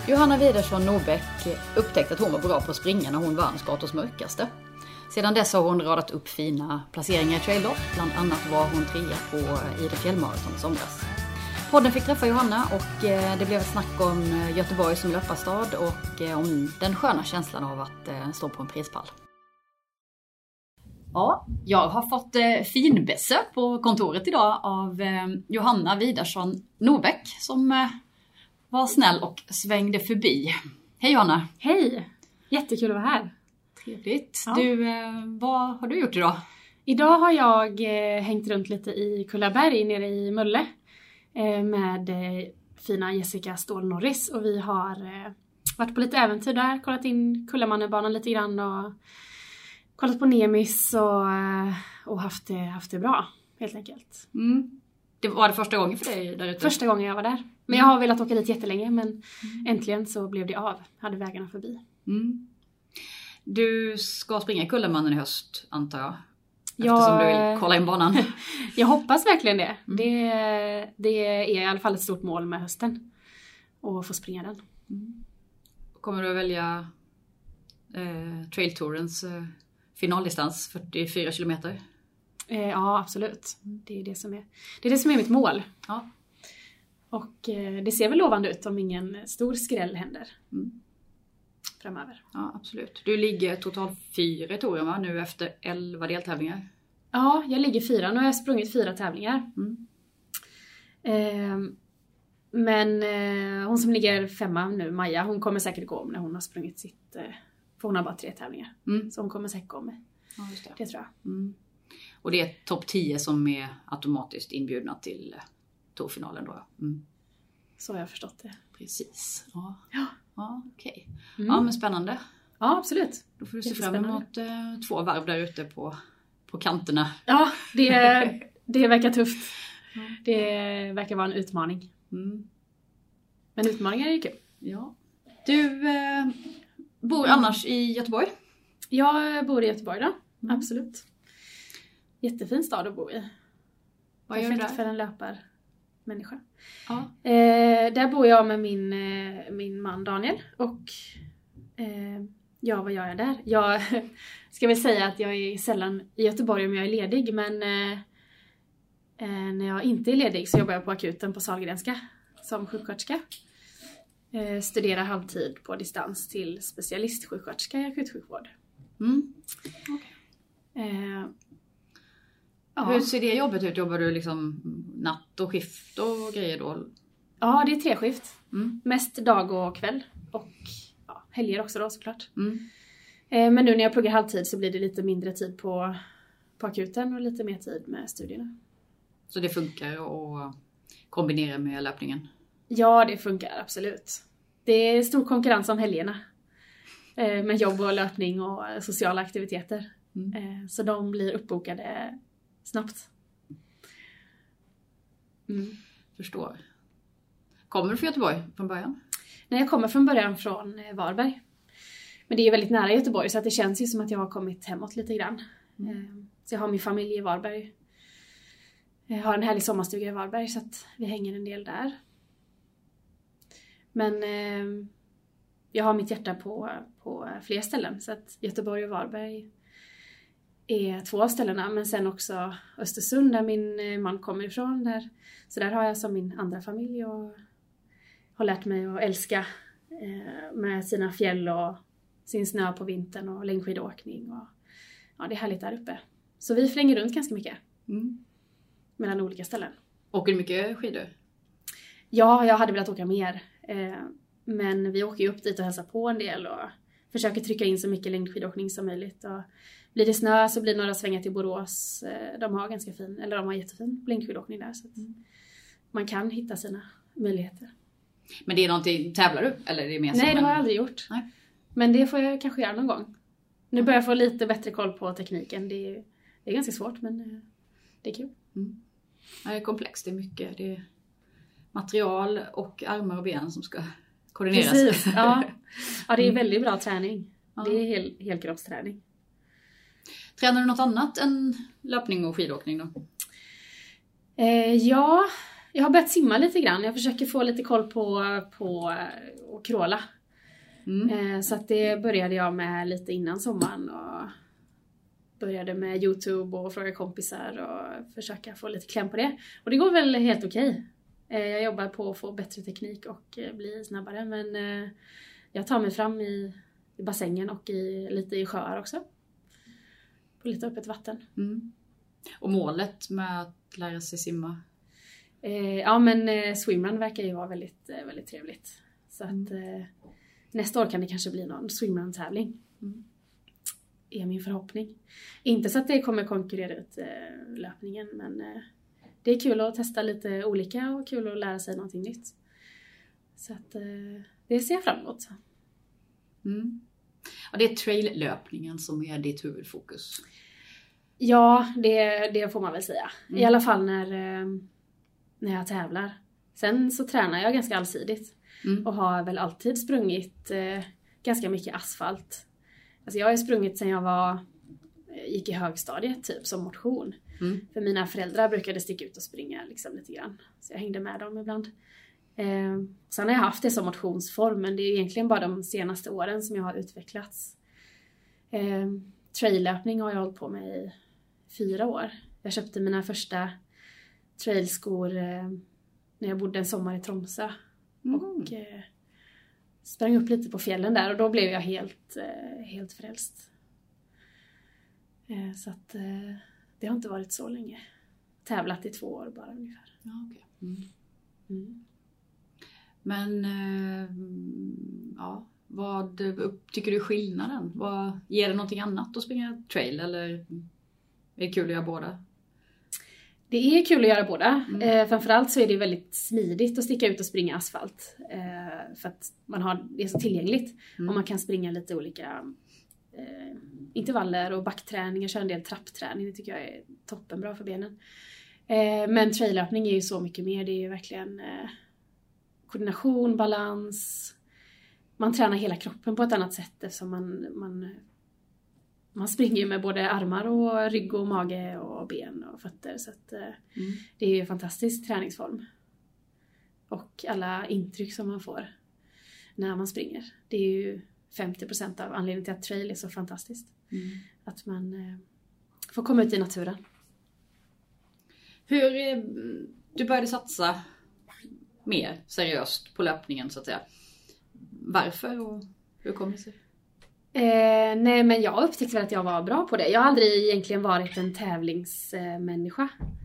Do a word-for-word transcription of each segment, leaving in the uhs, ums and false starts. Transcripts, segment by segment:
Johanna Widerson Norbeck upptäckte att hon var bra på att springa när hon vann Skatås mörkaste. Sedan dess har hon radat upp fina placeringar i traillopp. Bland annat var hon trea på Idre fjällmaraton i somras. Podden fick träffa Johanna och det blev ett snack om Göteborg som löparstad och om den sköna känslan av att stå på en prispall. Ja, jag har fått finbesök på kontoret idag av Johanna Widerson Norbeck som var snäll och svängde förbi. Hej Johanna! Hej! Jättekul att vara här. Trevligt. Ja. Du, vad har du gjort idag? Idag har jag hängt runt lite i Kullaberg nere i Mölle med fina Jessica Ståhl Norris. Och vi har varit på lite äventyr där, kollat in Kullamannebanan lite grann och kollat på Nemis och, och haft, det, haft det bra helt enkelt. Mm. Det var det första gången för dig där ute? Första gången jag var där. Men jag har velat åka dit jättelänge, men mm. äntligen så blev det av. Hade vägarna förbi. Mm. Du ska springa Kullamannen i höst, antar jag? Eftersom jag, du vill kolla in banan. Jag hoppas verkligen det. Mm. det. Det är i alla fall ett stort mål med hösten. Och få springa den. Mm. Kommer du att välja eh, Trail Tourens eh, finaldistans, fyrtiofyra kilometer? Eh, ja, absolut. Det är det som är, det är det som är mitt mål. Ja. Och eh, det ser väl lovande ut om ingen stor skräll händer. Mm. Framöver. Ja, absolut. Du ligger totalt fyra i touren, va? Nu efter elva deltävlingar. Ja, jag ligger fyra. Nu har jag sprungit fyra tävlingar. Mm. Eh, men eh, hon som ligger femma nu, Maja, hon kommer säkert gå om när hon har sprungit sitt... Eh, för hon har bara tre tävlingar. Mm. Så hon kommer säkert gå om mig. Ja, just det. Det tror jag. Mm. Och det är topp tio som är automatiskt inbjudna till tourfinalen då. Mm. Så har jag förstått det. Precis. Ja, ja. Ja, okej. Okay. Mm. Ja, men spännande. Ja, absolut. Då får du se fram emot eh, två varv där ute på, på kanterna. Ja, det, det verkar tufft. Mm. Det verkar vara en utmaning. Mm. Men utmaningar är ju kul. Ja. Du eh, bor mm. annars i Göteborg? Jag bor i Göteborg då, mm. absolut. Jättefin stad att bo i. Vad gör du där? För en löparmänniska. Ja. Eh, där bor jag med min, eh, min man Daniel. Och eh, ja, vad gör jag där? Jag ska väl säga att jag är sällan i Göteborg om jag är ledig. Men eh, eh, när jag inte är ledig så jobbar jag på akuten på Sahlgrenska som sjuksköterska. Eh, studerar halvtid på distans till specialistsjuksköterska i akutsjukvård. Mm. Okay. Eh, Ja. Hur ser det jobbet ut? Jobbar du liksom natt och skift och grejer då? Ja, det är tre skift. Mm. Mest dag och kväll. Och ja, helger också då såklart. Mm. Eh, men nu när jag pluggar halvtid så blir det lite mindre tid på, på akuten och lite mer tid med studierna. Så det funkar att kombinera med löpningen? Ja, det funkar absolut. Det är stor konkurrens om helgerna. Eh, med jobb och löpning och sociala aktiviteter. Mm. Eh, så de blir uppbokade snabbt. Mm. Förstår. Kommer du från Göteborg från början? Nej, jag kommer från början från Varberg. Men det är väldigt nära Göteborg så att det känns ju som att jag har kommit hemåt lite grann. Mm. Så jag har min familj i Varberg. Jag har en härlig sommarstuga i Varberg så att vi hänger en del där. Men eh, jag har mitt hjärta på, på fler ställen så att Göteborg och Varberg är två av ställena, men sen också Östersund där min man kommer ifrån. Där. Så där har jag som min andra familj och har lärt mig att älska eh, med sina fjäll och sin snö på vintern och längdskidåkning. Och, ja, det är härligt där uppe. Så vi flänger runt ganska mycket mm. mellan olika ställen. Åker du mycket skidor? Ja, jag hade velat åka mer. Eh, men vi åker ju upp dit och hälsar på en del och försöker trycka in så mycket längdskidåkning som möjligt. Och blir det snö så blir det några svängar till Borås. De har ganska fin, eller de har jättefin längdskidåkning där. Så att man kan hitta sina möjligheter. Men det är någonting, tävlar du? Eller är det mer Nej, det en... har jag aldrig gjort. Nej. Men det får jag kanske göra någon gång. Nu börjar jag få lite bättre koll på tekniken. Det är, det är ganska svårt, men det är kul. Mm. Ja, det är komplext, det är mycket. Det är material och armar och ben som ska koordineras. Precis, ja. Ja, det är väldigt bra träning. Ja. Det är hel, helkroppsträning. Tränar du något annat än löpning och skidåkning då? Eh, ja, jag har börjat simma lite grann. Jag försöker få lite koll på, på och kråla. Mm. Så att det började jag med lite innan sommaren. Och började med YouTube och fråga kompisar och försöka få lite kläm på det. Och det går väl helt okej. Jag jobbar på att få bättre teknik och bli snabbare. Men jag tar mig fram i, i bassängen och i, lite i sjöar också. På lite öppet vatten. Mm. Och målet med att lära sig simma? Eh, ja men eh, swimrun verkar ju vara väldigt, eh, väldigt trevligt. Så mm. att eh, nästa år kan det kanske bli någon swimrun-tävling. Mm. Är min förhoppning. Inte så att det kommer konkurrera ut eh, löpningen. Men eh, det är kul att testa lite olika och kul att lära sig någonting nytt. Så att eh, det ser jag fram emot. Mm. Och det är trail-löpningen som är ditt huvudfokus? Ja, det, det får man väl säga. Mm. I alla fall när, när jag tävlar. Sen så tränar jag ganska allsidigt. Mm. Och har väl alltid sprungit eh, ganska mycket asfalt. Alltså jag har sprungit sedan jag var, gick i högstadiet typ som motion. Mm. För mina föräldrar brukade sticka ut och springa liksom, lite grann. Så jag hängde med dem ibland. Eh, sen har jag haft det som motionsform. Men det är egentligen bara de senaste åren som jag har utvecklats. Eh, traillöpning har jag hållit på med i fyra år. Jag köpte mina första trailskor eh, när jag bodde en sommar i Tromsö. Mm. Och eh, sprang upp lite på fjällen där. Och då blev jag helt, eh, helt frälst. Eh, så att eh, det har inte varit så länge. Tävlat i två år bara ungefär. Ja, okay. Mm. Mm. Men eh, ja, vad tycker du är skillnaden? Vad, ger det någonting annat att springa trail eller är det kul att göra båda? Det är kul att göra båda. Mm. Eh, framförallt så är det väldigt smidigt att sticka ut och springa asfalt. Eh, för att man har, det är så tillgängligt. Mm. Och man kan springa lite olika eh, intervaller och backträning. Jag kör en del trappträning. Det tycker jag är toppenbra för benen. Eh, men traillöpning är ju så mycket mer. Det är ju verkligen eh, koordination, balans. Man tränar hela kroppen på ett annat sätt eftersom man, man, man springer med både armar och rygg och mage och ben och fötter. Så att, mm. det är ju en fantastisk träningsform. Och alla intryck som man får när man springer. Det är ju femtio procent av anledningen till att trail är så fantastiskt. Mm. Att man eh, får komma ut i naturen. Hur eh, du började satsa mer seriöst på löpningen så att säga. Varför och hur kommer det sig? Eh, nej men jag upptäckte väl att jag var bra på det. Jag har aldrig egentligen varit en tävlingsmänniska.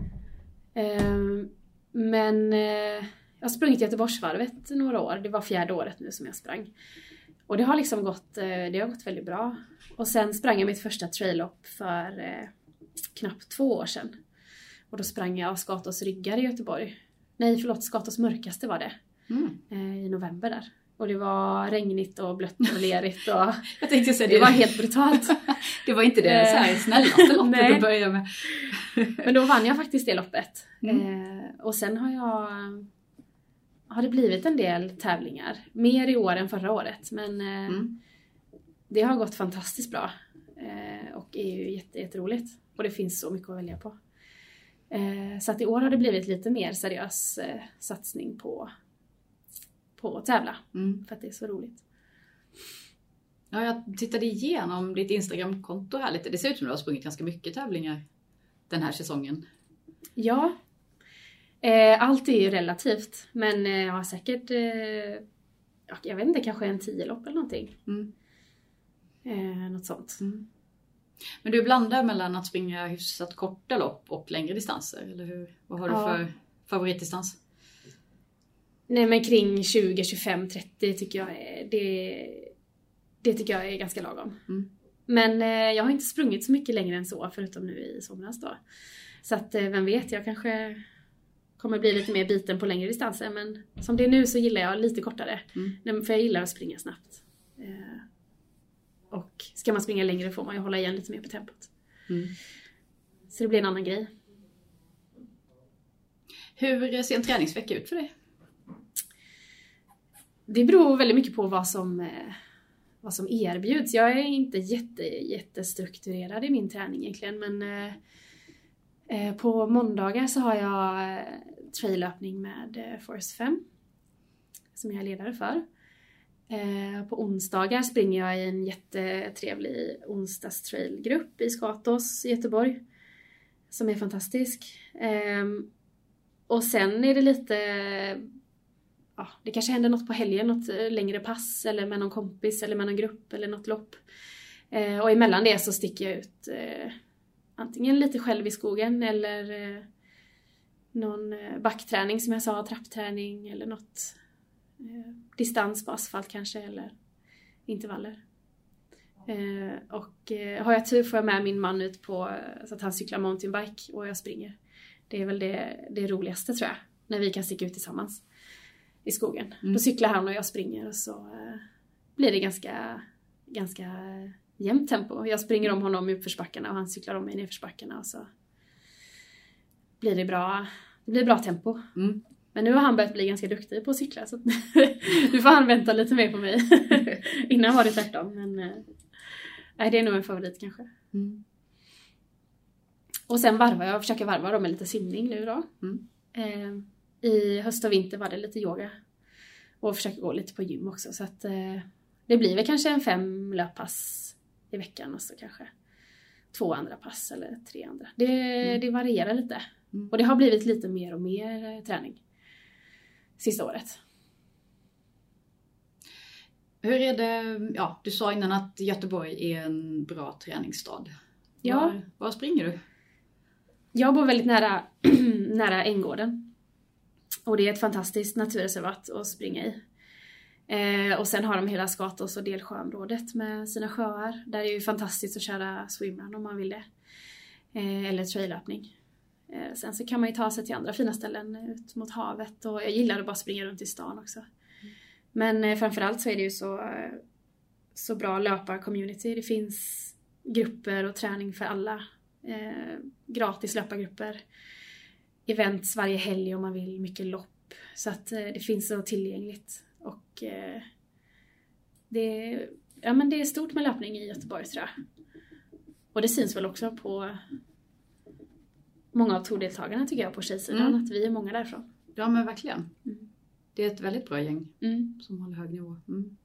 Eh, men eh, jag har sprungit Göteborgsvarvet några år. Det var fjärde året nu som jag sprang. Och det har liksom gått, eh, det har gått väldigt bra. Och sen sprang jag mitt första trail-lopp för eh, knappt två år sedan. Och då sprang jag av Skatås ryggar i Göteborg. Nej förlåt, Skatås mörkaste var det. Mm. Eh, I november där. Och det var regnigt och blött och lerigt. Och jag tänkte säga det. Det var helt brutalt. Det var inte det så här snällaste loppet att börja med. Men då vann jag faktiskt det loppet. Mm. Eh, och sen har jag... Har det blivit en del tävlingar. Mer i år än förra året. Men eh, mm. det har gått fantastiskt bra. Eh, och är ju jätte, jätteroligt. Och det finns så mycket att välja på. Eh, så att i år har det blivit lite mer seriös eh, satsning på... på att tävla. Mm. För att det är så roligt. Ja, jag tittade igenom ditt Instagram-konto här lite. Det ser ut som du har sprungit ganska mycket tävlingar den här säsongen. Ja. Eh, allt är ju relativt. Men eh, jag har säkert eh, jag vet inte, kanske en tio lopp eller någonting. Mm. Eh, något sånt. Mm. Men du blandar mellan att springa hyfsat korta lopp och längre distanser, eller hur? Vad har du ja. för favoritdistans? Nej men kring tjugo, tjugofem, trettio tycker jag är, det, det tycker jag är ganska lagom. Mm. Men eh, jag har inte sprungit så mycket längre än så förutom nu i somras då. Så att eh, vem vet, jag kanske kommer bli lite mer biten på längre distanser. Men som det är nu så gillar jag lite kortare. Mm. För jag gillar att springa snabbt. Eh, och ska man springa längre får man ju hålla igen lite mer på tempot. Mm. Så det blir en annan grej. Hur ser en träningsvecka ut för dig? Det beror väldigt mycket på vad som, eh, vad som erbjuds. Jag är inte jätte, jättestrukturerad i min träning egentligen. Men eh, på måndagar så har jag traillöpning med Forest fem. Som jag är ledare för. Eh, på onsdagar springer jag i en jättetrevlig onsdagstrailgrupp i Skatos i Göteborg. Som är fantastisk. Eh, och sen är det lite... Ja, det kanske händer något på helgen, något längre pass eller med någon kompis eller med någon grupp eller något lopp. Eh, och emellan det så sticker jag ut eh, antingen lite själv i skogen eller eh, någon eh, backträning som jag sa, trappträning eller något eh, distans på asfalt kanske eller intervaller. Eh, och eh, har jag tur får jag med min man ut på så att han cyklar mountainbike och jag springer. Det är väl det, det roligaste tror jag, när vi kan sticka ut tillsammans i skogen. Mm. Då cyklar han och jag springer och så eh, blir det ganska, ganska jämnt tempo. Jag springer om honom i uppförsbackarna och han cyklar om mig i nedförsbackarna och så blir det bra, det blir bra tempo. Mm. Men nu har han börjat bli ganska duktig på att cykla så att nu får han vänta lite mer på mig. Innan var det tvärtom, men eh, det är nog en favorit kanske. Mm. Och sen varvar jag, försöker varva dem med lite simning nu då. Mm. Eh, I höst och vinter var det lite yoga. Och försöker gå lite på gym också. Så att eh, det blir väl kanske en fem löppass i veckan. Och så kanske två andra pass eller tre andra. Det, mm. det varierar lite. Mm. Och det har blivit lite mer och mer eh, träning. Sista året. Hur är det? Ja, du sa innan att Göteborg är en bra träningsstad. Ja. Var, var springer du? Jag bor väldigt nära, nära Änggården. Och det är ett fantastiskt naturreservat att springa i. Eh, och sen har de hela Skatos och Delsjöområdet med sina sjöar. Där är det ju fantastiskt att köra swimrun om man vill det. Eh, eller traillöpning. Eh, sen så kan man ju ta sig till andra fina ställen ut mot havet. Och jag gillar att bara springa runt i stan också. Mm. Men eh, framförallt så är det ju så, så bra löpar-community. Det finns grupper och träning för alla. Eh, gratis löpargrupper. Events varje helg om man vill, mycket lopp. Så att eh, det finns så tillgängligt. Och eh, det, ja, men det är stort med löpning i Göteborg tror jag. Och det syns väl också på många av tourdeltagarna tycker jag på tjejsidan. Mm. Att vi är många därifrån. Ja men verkligen. Mm. Det är ett väldigt bra gäng mm. som håller hög nivå. Mm.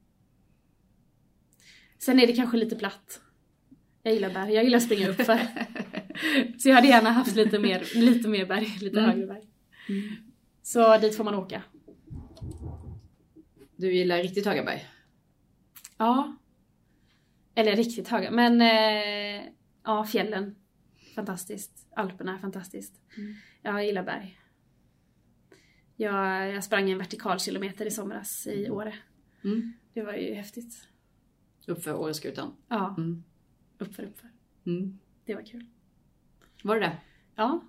Sen är det kanske lite platt. Jag gillar berg. Jag gillar att springa upp för. Så jag hade gärna haft lite mer, lite mer berg. Lite mm. högre berg. Mm. Så dit får man åka. Du gillar riktigt höga berg? Ja. Eller riktigt höga. Men eh, ja, fjällen. Fantastiskt. Alperna är fantastiskt. Mm. Jag gillar berg. Jag, jag sprang en vertikal kilometer i somras i Åre. Mm. Det var ju häftigt. Uppför Åreskutan? Ja. Mm. Uppför, uppför. Mm. Det var kul. Var det det? Ja.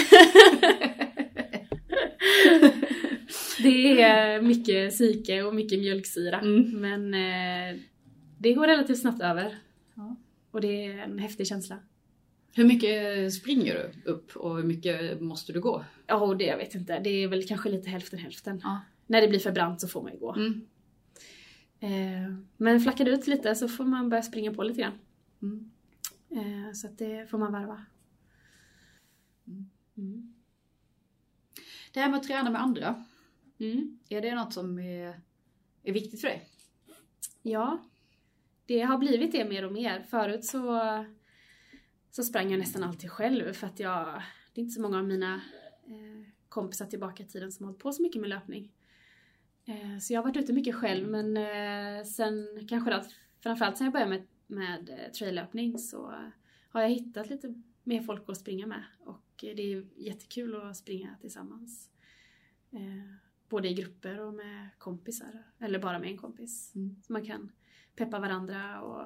Det är mycket psyke och mycket mjölksyra. Mm. Men eh, det går relativt snabbt över. Ja. Och det är en häftig känsla. Hur mycket springer du upp och hur mycket måste du gå? Ja, oh, det jag vet inte. Det är väl kanske lite hälften hälften. Ja. När det blir för brant så får man ju gå. Mm. Eh, men flackar det ut lite så får man börja springa på lite grann. Mm. Eh, så att det får man varva. Mm. Mm. Det här med att träna med andra. Mm. Är det något som är, är viktigt för dig? Ja, det har blivit det mer och mer. Förut så, så sprang jag nästan alltid själv. För att jag, det är inte så många av mina eh, kompisar tillbaka i tiden som har hållit på så mycket med löpning. Eh, så jag har varit ute mycket själv. Men eh, sen kanske då, framförallt sen jag började med, med eh, traillöpning så har jag hittat lite mer folk att springa med. Och det är jättekul att springa tillsammans. Eh, både i grupper och med kompisar. Eller bara med en kompis. Mm. Så man kan peppa varandra och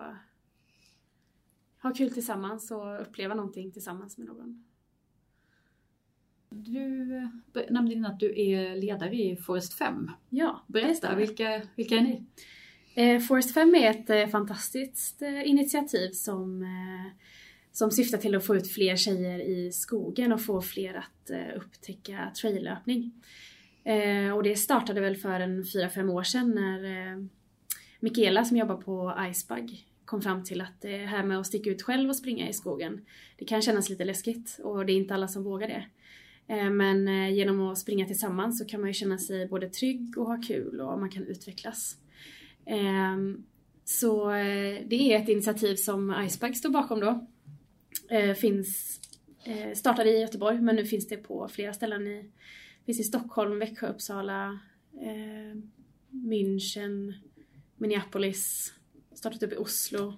ha kul tillsammans och uppleva någonting tillsammans med någon. Du nämnde innan att du är ledare i Forest fem. Ja. Berätta, vilka, vilka är ni? Eh, Forest fem är ett eh, fantastiskt eh, initiativ som, eh, som syftar till att få ut fler tjejer i skogen och få fler att eh, upptäcka traillöpning. Eh, och det startade väl för en fyra fem år sedan när eh, Mikaela som jobbar på Icebug kom fram till att det här med att sticka ut själv och springa i skogen, det kan kännas lite läskigt och det är inte alla som vågar det. Men genom att springa tillsammans så kan man ju känna sig både trygg och ha kul och man kan utvecklas. Så det är ett initiativ som Icebike står bakom då. Finns, startade i Göteborg men nu finns det på flera ställen. I, finns i Stockholm, Växjö, Uppsala, München, Minneapolis. Startat upp i Oslo.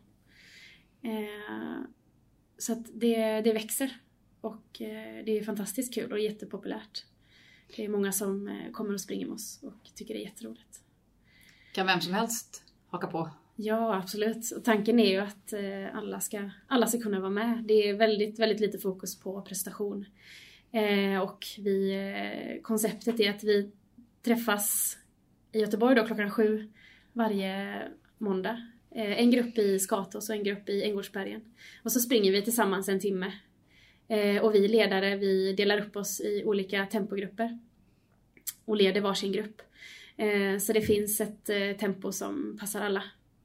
Så att det, det växer. Och eh, det är fantastiskt kul och jättepopulärt. Det är många som eh, kommer och springer med oss och tycker det är jätteroligt. Kan vem som helst haka på? Ja, absolut. Och tanken är ju att eh, alla, ska, alla ska kunna vara med. Det är väldigt, väldigt lite fokus på prestation. Eh, och vi, eh, konceptet är att vi träffas i Göteborg då klockan sju varje måndag. Eh, en grupp i Skatås och en grupp i Änggårdsbergen. Och så springer vi tillsammans en timme. Eh, och vi ledare, vi delar upp oss i olika tempogrupper och leder varsin grupp. Eh, så det finns ett eh, tempo som passar alla.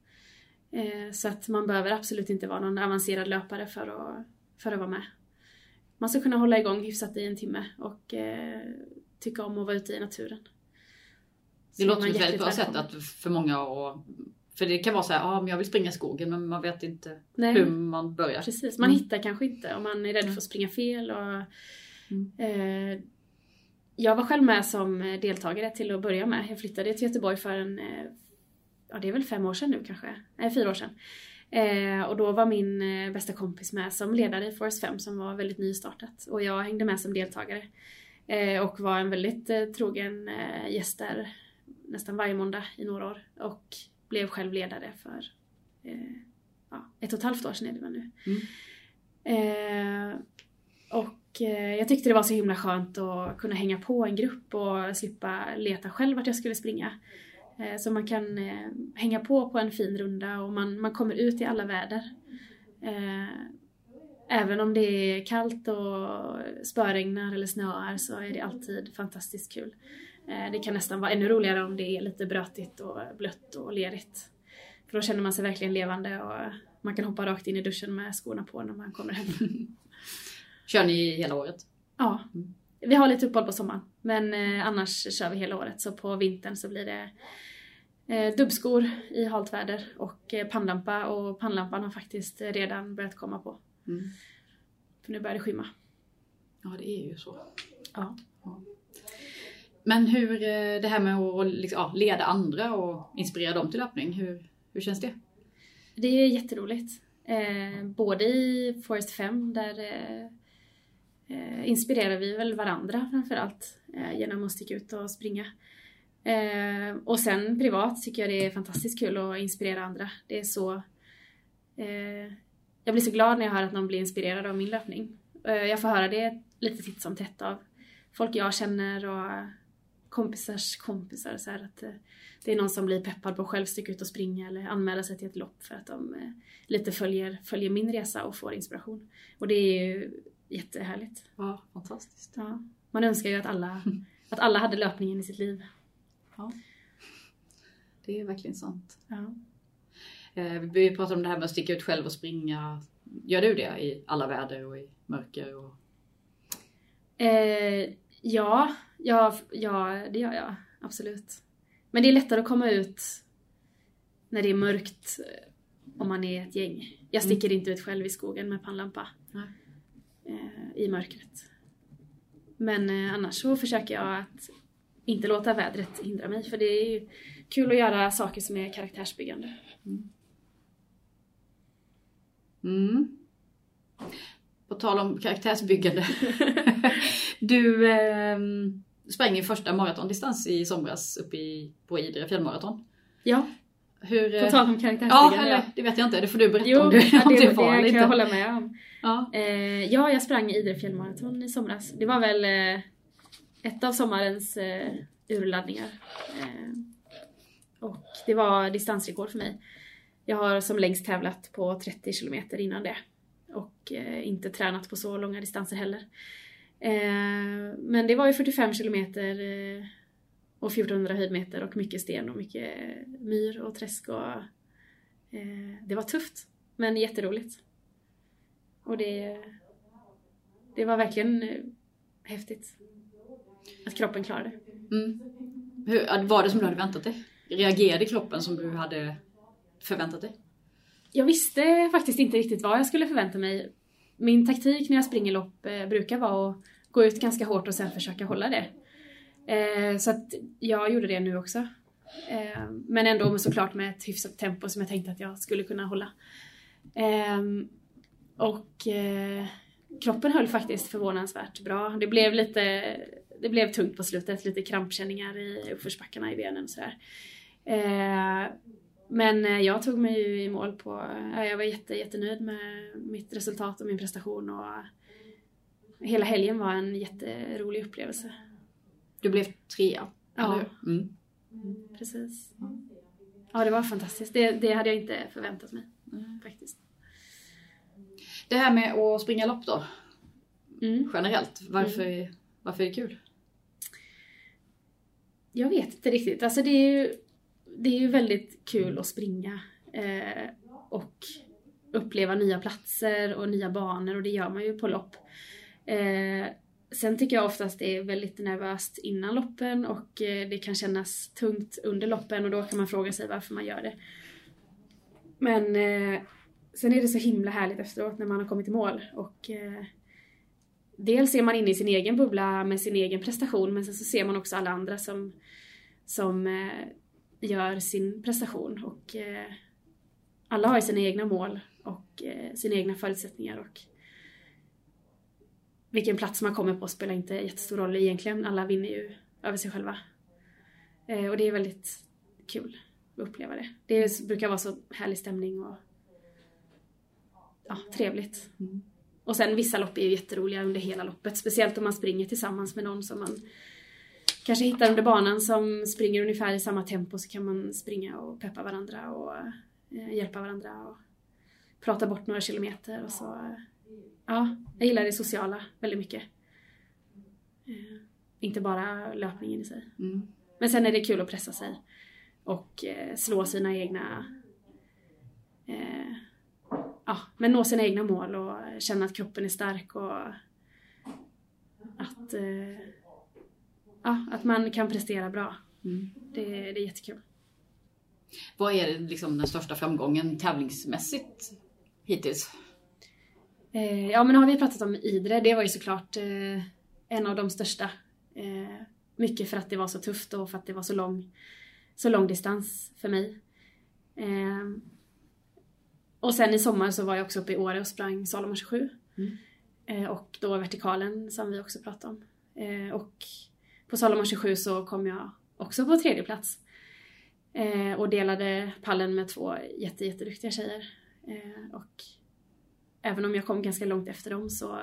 Eh, så att man behöver absolut inte vara någon avancerad löpare för att, för att vara med. Man ska kunna hålla igång hyfsat i en timme och eh, tycka om att vara ute i naturen. Så det låter ju väldigt bra sätt att för många och för det kan vara så här, ja, men jag vill springa i skogen men man vet inte Nej. hur man börjar. Precis, man mm. hittar kanske inte om man är rädd för att springa fel. Och, mm. eh, jag var själv med som deltagare till att börja med. Jag flyttade till Göteborg för en, eh, ja det är väl fem år sedan nu kanske, nej fyra år sedan. Eh, och då var min eh, bästa kompis med som ledare i Forest fem som var väldigt nystartat. Och jag hängde med som deltagare eh, och var en väldigt eh, trogen eh, gäst där nästan varje måndag i några år. Och blev själv ledare för eh, ja, ett och ett halvt år sedan är det väl nu. Mm. Eh, och eh, jag tyckte det var så himla skönt att kunna hänga på en grupp och slippa leta själv vart jag skulle springa. Eh, så man kan eh, hänga på på en fin runda och man, man kommer ut i alla väder. Eh, även om det är kallt och spöregnar eller snöar så är det alltid fantastiskt kul. Det kan nästan vara ännu roligare om det är lite brötigt och blött och lerigt. För då känner man sig verkligen levande och man kan hoppa rakt in i duschen med skorna på när man kommer hem. Kör ni hela året? Ja, vi har lite uppehåll på sommaren. Men eh, annars kör vi hela året. Så på vintern så blir det eh, dubbskor i halt väder och eh, pannlampa. Och pannlampan har faktiskt redan börjat komma på. Mm. För nu börjar det skymma. Ja, det är ju så. Ja. Ja. Men hur det här med att liksom, ja, leda andra och inspirera dem till löpning, hur, hur känns det? Det är jätteroligt. Eh, både i Forest fem där eh, inspirerar vi väl varandra framförallt eh, genom att sticka ut och springa. Eh, och sen privat tycker jag det är fantastiskt kul att inspirera andra. Det är så... Eh, jag blir så glad när jag hör att någon blir inspirerad av min löpning. Eh, jag får höra det lite titt som tätt av folk jag känner och kompisars kompisar. Så här att eh, det är någon som blir peppad på att själv sticka ut och springa eller anmäla sig till ett lopp för att de eh, lite följer, följer min resa och får inspiration. Och det är ju jättehärligt. Ja, fantastiskt. Ja. Man önskar ju att alla, att alla hade löpningen i sitt liv. Ja, det är verkligen sant. Ja. Eh, vi pratade om det här med att sticka ut själv och springa. Gör du det i alla väder och i mörker? Och... Eh, ja, ja, ja, det gör jag. Absolut. Men det är lättare att komma ut när det är mörkt om man är ett gäng. Jag sticker mm. inte ut själv i skogen med pannlampa eh, i mörkret. Men eh, annars så försöker jag att inte låta vädret hindra mig. För det är ju kul att göra saker som är karaktärsbyggande. Mm. Mm. På tal om karaktärsbyggande. Du eh, sprang i första maratondistans i somras uppe i, på Idre fjällmaraton. Ja. Hur, på tal om karaktärsbyggande. Ja, eller, det vet jag inte. Det får du berätta jo, om, du, ja, om det, det var det lite. kan jag hålla med om. Ja, eh, ja jag sprang i Idre fjällmaraton i somras. Det var väl eh, ett av sommarens eh, urladdningar. Eh, och det var distansrekord för mig. Jag har som längst tävlat på trettio kilometer innan det. Och eh, inte tränat på så långa distanser heller. Eh, men det var ju fyrtiofem kilometer eh, och fjortonhundra höjdmeter och mycket sten och mycket myr och träsk. Och, eh, det var tufft, men jätteroligt. Och det, det var verkligen häftigt. Att kroppen klarade det. Mm. Hur, var det som du hade väntat dig? Reagerade kroppen som du hade förväntat dig? Jag visste faktiskt inte riktigt vad jag skulle förvänta mig. Min taktik när jag springer lopp eh, brukar vara att gå ut ganska hårt och sen försöka hålla det. Eh, så att jag gjorde det nu också. Eh, men ändå såklart med ett hyfsat tempo som jag tänkte att jag skulle kunna hålla. Eh, och eh, kroppen höll faktiskt förvånansvärt bra. Det blev lite, det blev tungt på slutet. Lite krampkänningar i uppförsbackarna i benen och sådär. Eh, men jag tog mig ju i mål på... Jag var jätte, jättenöjd med mitt resultat och min prestation. Och hela helgen var en jätterolig upplevelse. Du blev trea, ja. eller hur? Mm. Mm, precis. Ja, det var fantastiskt. Det, det hade jag inte förväntat mig, mm. faktiskt. Det här med att springa lopp då, mm. generellt. Varför, mm. varför är det kul? Jag vet inte riktigt. Alltså det är ju, det är ju väldigt kul att springa. Eh, och uppleva nya platser och nya banor. Och det gör man ju på lopp. Eh, sen tycker jag oftast det är väldigt nervöst innan loppen. Och eh, det kan kännas tungt under loppen. Och då kan man fråga sig varför man gör det. Men eh, sen är det så himla härligt efteråt när man har kommit i mål. Och eh, dels är man inne i sin egen bubbla med sin egen prestation. Men sen så ser man också alla andra som, som eh, gör sin prestation. Och eh, alla har ju sina egna mål och eh, sina egna förutsättningar. Och vilken plats man kommer på spelar inte jättestor roll egentligen. Alla vinner ju över sig själva. Eh, och det är väldigt kul att uppleva det. Det brukar vara så härlig stämning och ja, trevligt. Mm. Och sen vissa lopp är ju jätteroliga under hela loppet. Speciellt om man springer tillsammans med någon som man kanske hittar under banan som springer ungefär i samma tempo. Så kan man springa och peppa varandra och eh, hjälpa varandra och prata bort några kilometer. Och så, eh, ja, jag gillar det sociala väldigt mycket. Eh, inte bara löpningen i sig. Mm. Men sen är det kul att pressa sig och eh, slå sina egna... Eh, ja, men nå sina egna mål och känna att kroppen är stark och att, eh, ja, att man kan prestera bra. Mm. Det, det är jättekul. Vad är det liksom den största framgången tävlingsmässigt hittills? Eh, ja, men har vi pratat om Idre, det var ju såklart eh, en av de största. Eh, mycket för att det var så tufft och för att det var så lång, så lång distans för mig. Eh, Och sen i sommar så var jag också uppe i Åre och sprang Salomon tjugosju. Mm. Eh, och då vertikalen som vi också pratade om. Eh, och på Salomon tjugosju så kom jag också på tredje plats. Eh, och delade pallen med två jätte, jätteduktiga tjejer. Eh, och även om jag kom ganska långt efter dem så,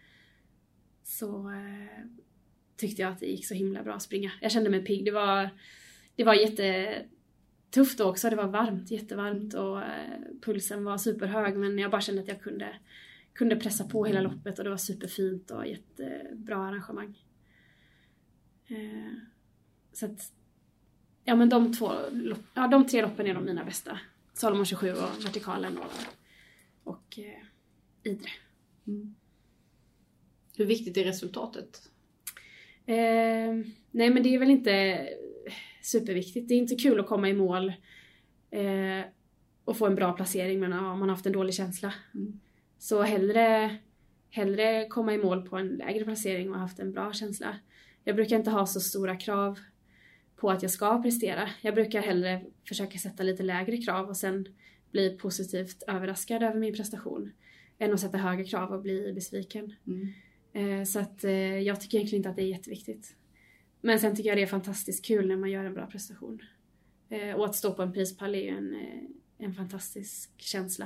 så eh, tyckte jag att det gick så himla bra att springa. Jag kände mig pigg. Det var, det var jätte... tufft då också, det var varmt, jättevarmt och eh, pulsen var superhög, men jag bara kände att jag kunde, kunde pressa på hela loppet och det var superfint och jättebra arrangemang. Eh, så att, ja men de två, ja de tre loppen är de mina bästa. Salomon tjugosju och vertikalen och, och eh, Idre. Mm. Hur viktigt är resultatet? Eh, nej men det är väl inte... superviktigt. Det är inte kul att komma i mål eh, och få en bra placering men ja, man har haft en dålig känsla. Mm. Så hellre, hellre komma i mål på en lägre placering och ha haft en bra känsla. Jag brukar inte ha så stora krav på att jag ska prestera. Jag brukar hellre försöka sätta lite lägre krav och sen bli positivt överraskad över min prestation än att sätta högre krav och bli besviken. Mm. Eh, så att eh, jag tycker egentligen inte att det är jätteviktigt. Men sen tycker jag det är fantastiskt kul när man gör en bra prestation. Eh, och att stå på en prispall är ju en, en fantastisk känsla.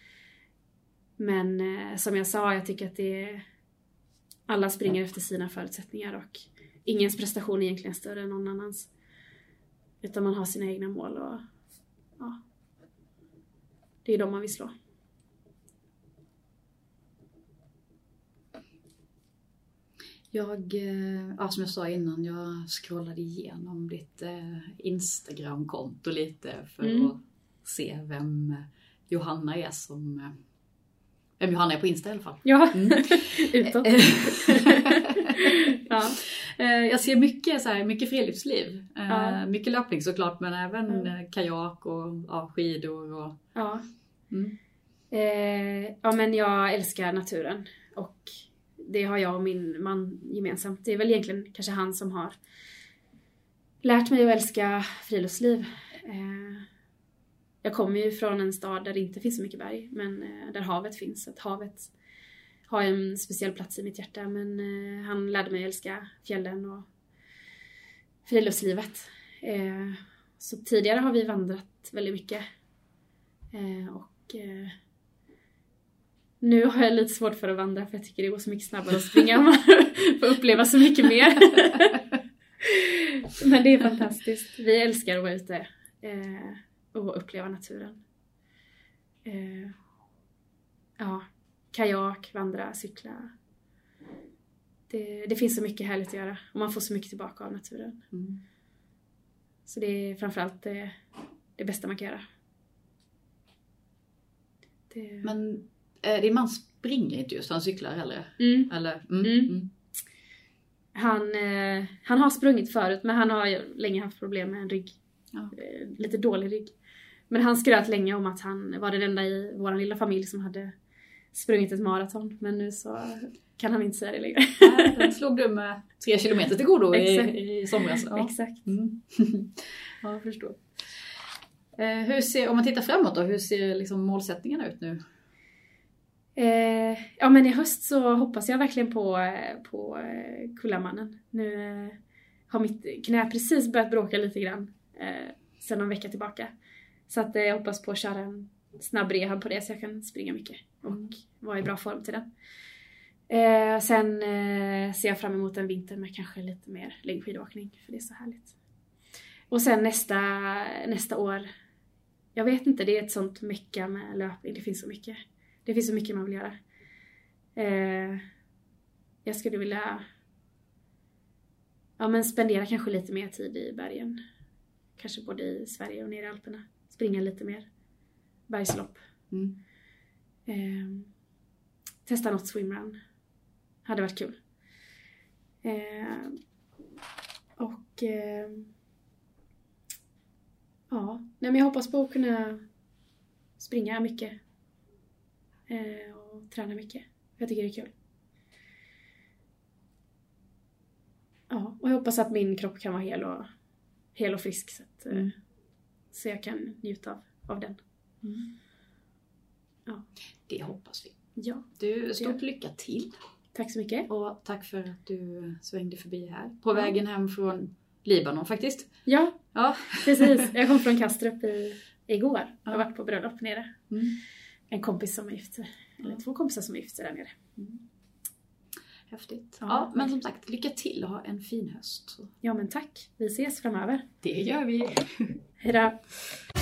Men eh, som jag sa, jag tycker att det är, alla springer efter sina förutsättningar och ingens prestation är egentligen större än någon annans. Utan man har sina egna mål och ja, det är de man vill slå. Jag, ja, som jag sa innan, jag scrollade igenom ditt eh, Instagram-konto lite för mm. att se vem Johanna är som... Vem Johanna är på Insta i alla fall. Ja, mm. utåt. Ja. Jag ser mycket, så här, mycket friluftsliv. Ja. Mycket löpning såklart, men även Ja. kajak och ja, skidor. Och... Ja. Mm. Eh, ja, men jag älskar naturen. Och det har jag och min man gemensamt. Det är väl egentligen kanske han som har lärt mig att älska friluftsliv. Eh, jag kommer ju från en stad där det inte finns så mycket berg. Men eh, där havet finns. Så att havet har en speciell plats i mitt hjärta. Men eh, han lärde mig att älska fjällen och friluftslivet. Eh, så tidigare har vi vandrat väldigt mycket. Eh, och eh, nu har jag lite svårt för att vandra, för jag tycker det går så mycket snabbare att springa. Man får uppleva så mycket mer. Men det är fantastiskt. Vi älskar att vara ute eh, och uppleva naturen. Eh, ja, kajak, vandra, cykla. Det, det finns så mycket härligt att göra. Och man får så mycket tillbaka av naturen. Mm. Så det är framförallt det, det bästa man kan göra. Det... Men eh, din man springer inte just, han cyklar heller? Mm. Eller? Mm. Mm. Mm. Han, eh, han har sprungit förut, men han har ju länge haft problem med en rygg. Ja. Eh, lite dålig rygg. Men han skröt länge om att han var den enda i vår lilla familj som hade sprungit ett maraton. Men nu så kan han inte säga det längre. Nej, den slog du med tre kilometer till godo i, i somras. Ja. Exakt. Mm. Ja, jag förstår. Eh, hur ser, om man tittar framåt då, hur ser liksom målsättningarna ut nu? Eh, ja, men i höst så hoppas jag verkligen på, på eh, Kullamannen. Nu eh, har mitt knä precis börjat bråka lite grann eh, sedan en vecka tillbaka. Så att eh, jag hoppas på att köra en snabb rehab på det så jag kan springa mycket och mm. vara i bra form till den. Eh, sen eh, ser jag fram emot en vinter med kanske lite mer längdskidåkning, för det är så härligt. Och sen nästa, nästa år, jag vet inte, det är ett sånt mecka med löpning, det finns så mycket. Det finns så mycket man vill göra. Eh, jag skulle vilja ja, men spendera kanske lite mer tid i bergen. Kanske både i Sverige och nere i Alperna. Springa lite mer. Bergslopp. Mm. Eh, testa något swimrun. Hade varit kul. Eh, och eh, ja, nej, men jag hoppas på att kunna springa mycket. Eh, och träna mycket. Jag tycker det är kul. Ja, och jag hoppas att min kropp kan vara hel och, hel och frisk. Så, att, mm. så jag kan njuta av, av den. Mm. Ja. Det hoppas vi. Ja. Du, stort lycka till. Tack så mycket. Och tack för att du svängde förbi här. På ja. vägen hem från Libanon faktiskt. Ja, ja. precis. Jag kom från Kastrup i, igår. Ja. Jag har varit på bröllop nere. Mm. En kompis som är gift sig. Eller två kompisar som är gift sig där nere. Mm. Häftigt. Ja, ja, men som sagt, lycka till och ha en fin höst. Ja, men tack. Vi ses framöver. Det gör vi. Hej då.